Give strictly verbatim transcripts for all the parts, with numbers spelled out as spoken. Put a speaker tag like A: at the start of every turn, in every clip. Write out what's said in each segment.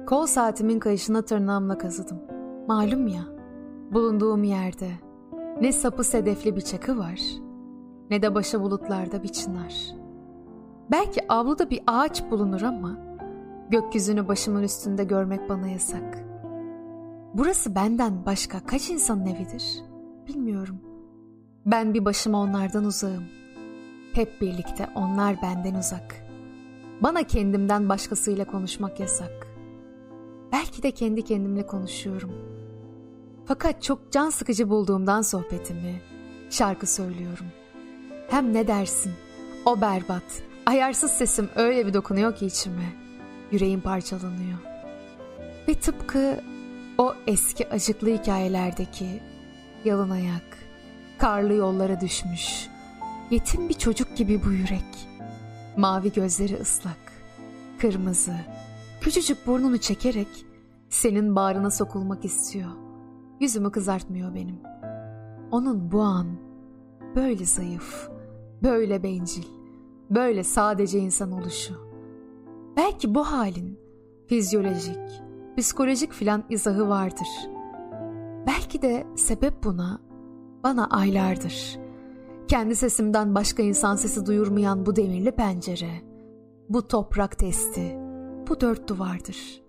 A: Kol saatimin kayışına tırnağımla kazıdım. Malum ya, bulunduğum yerde ne sapı sedefli bir çakı var, ne de başa bulutlarda bir çınar. Belki avluda bir ağaç bulunur ama gökyüzünü başımın üstünde görmek bana yasak. Burası benden başka kaç insanın evidir? Bilmiyorum. Ben bir başıma onlardan uzağım. Hep birlikte onlar benden uzak. Bana kendimden başkasıyla konuşmak yasak. Belki de kendi kendimle konuşuyorum. Fakat çok can sıkıcı bulduğumdan sohbetimi, şarkı söylüyorum. Hem ne dersin, o berbat, ayarsız sesim öyle bir dokunuyor ki içime. Yüreğim parçalanıyor. Ve tıpkı o eski acıklı hikayelerdeki yalın ayak, karlı yollara düşmüş, yetim bir çocuk gibi bu yürek. Mavi gözleri ıslak, kırmızı, küçücük burnunu çekerek senin bağrına sokulmak istiyor. Yüzümü kızartmıyor benim. Onun bu an böyle zayıf, böyle bencil, böyle sadece insan oluşu. Belki bu halin fizyolojik, psikolojik filan izahı vardır. Belki de sebep buna bana aylardır kendi sesimden başka insan sesi duyurmayan bu demirli pencere, bu toprak testi, bu dört duvardır.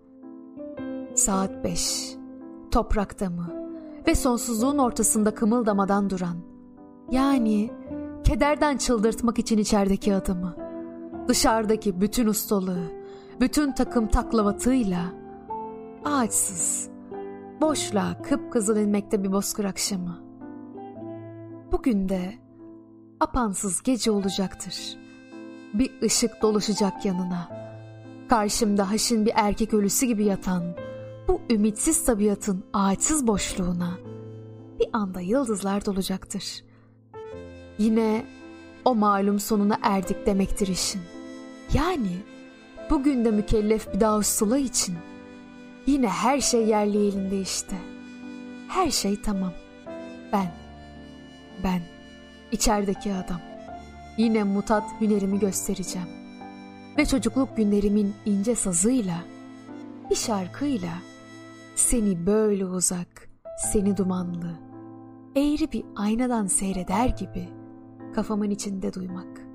A: Saat beş, toprakta mı ve sonsuzluğun ortasında kımıldamadan duran, yani kederden çıldırtmak için içerideki adamı, dışarıdaki bütün ustalığı, bütün takım taklavatıyla, ağaçsız, boşluğa kıpkızıl inmekte bir bozkır akşamı. Bugün de apansız gece olacaktır. Bir ışık dolaşacak yanına. Karşımda haşin bir erkek ölüsü gibi yatan bu ümitsiz tabiatın ağaçsız boşluğuna bir anda yıldızlar dolacaktır. Yine o malum sonuna erdik demektir işin. Yani bugün de mükellef bir Davut Sıla için yine her şey yerli elinde işte. Her şey tamam. Ben, ben, içerideki adam. Yine mutat hünerimi göstereceğim. Ve çocukluk günlerimin ince sazıyla, bir şarkıyla seni böyle uzak, seni dumanlı, eğri bir aynadan seyreder gibi kafamın içinde duymak.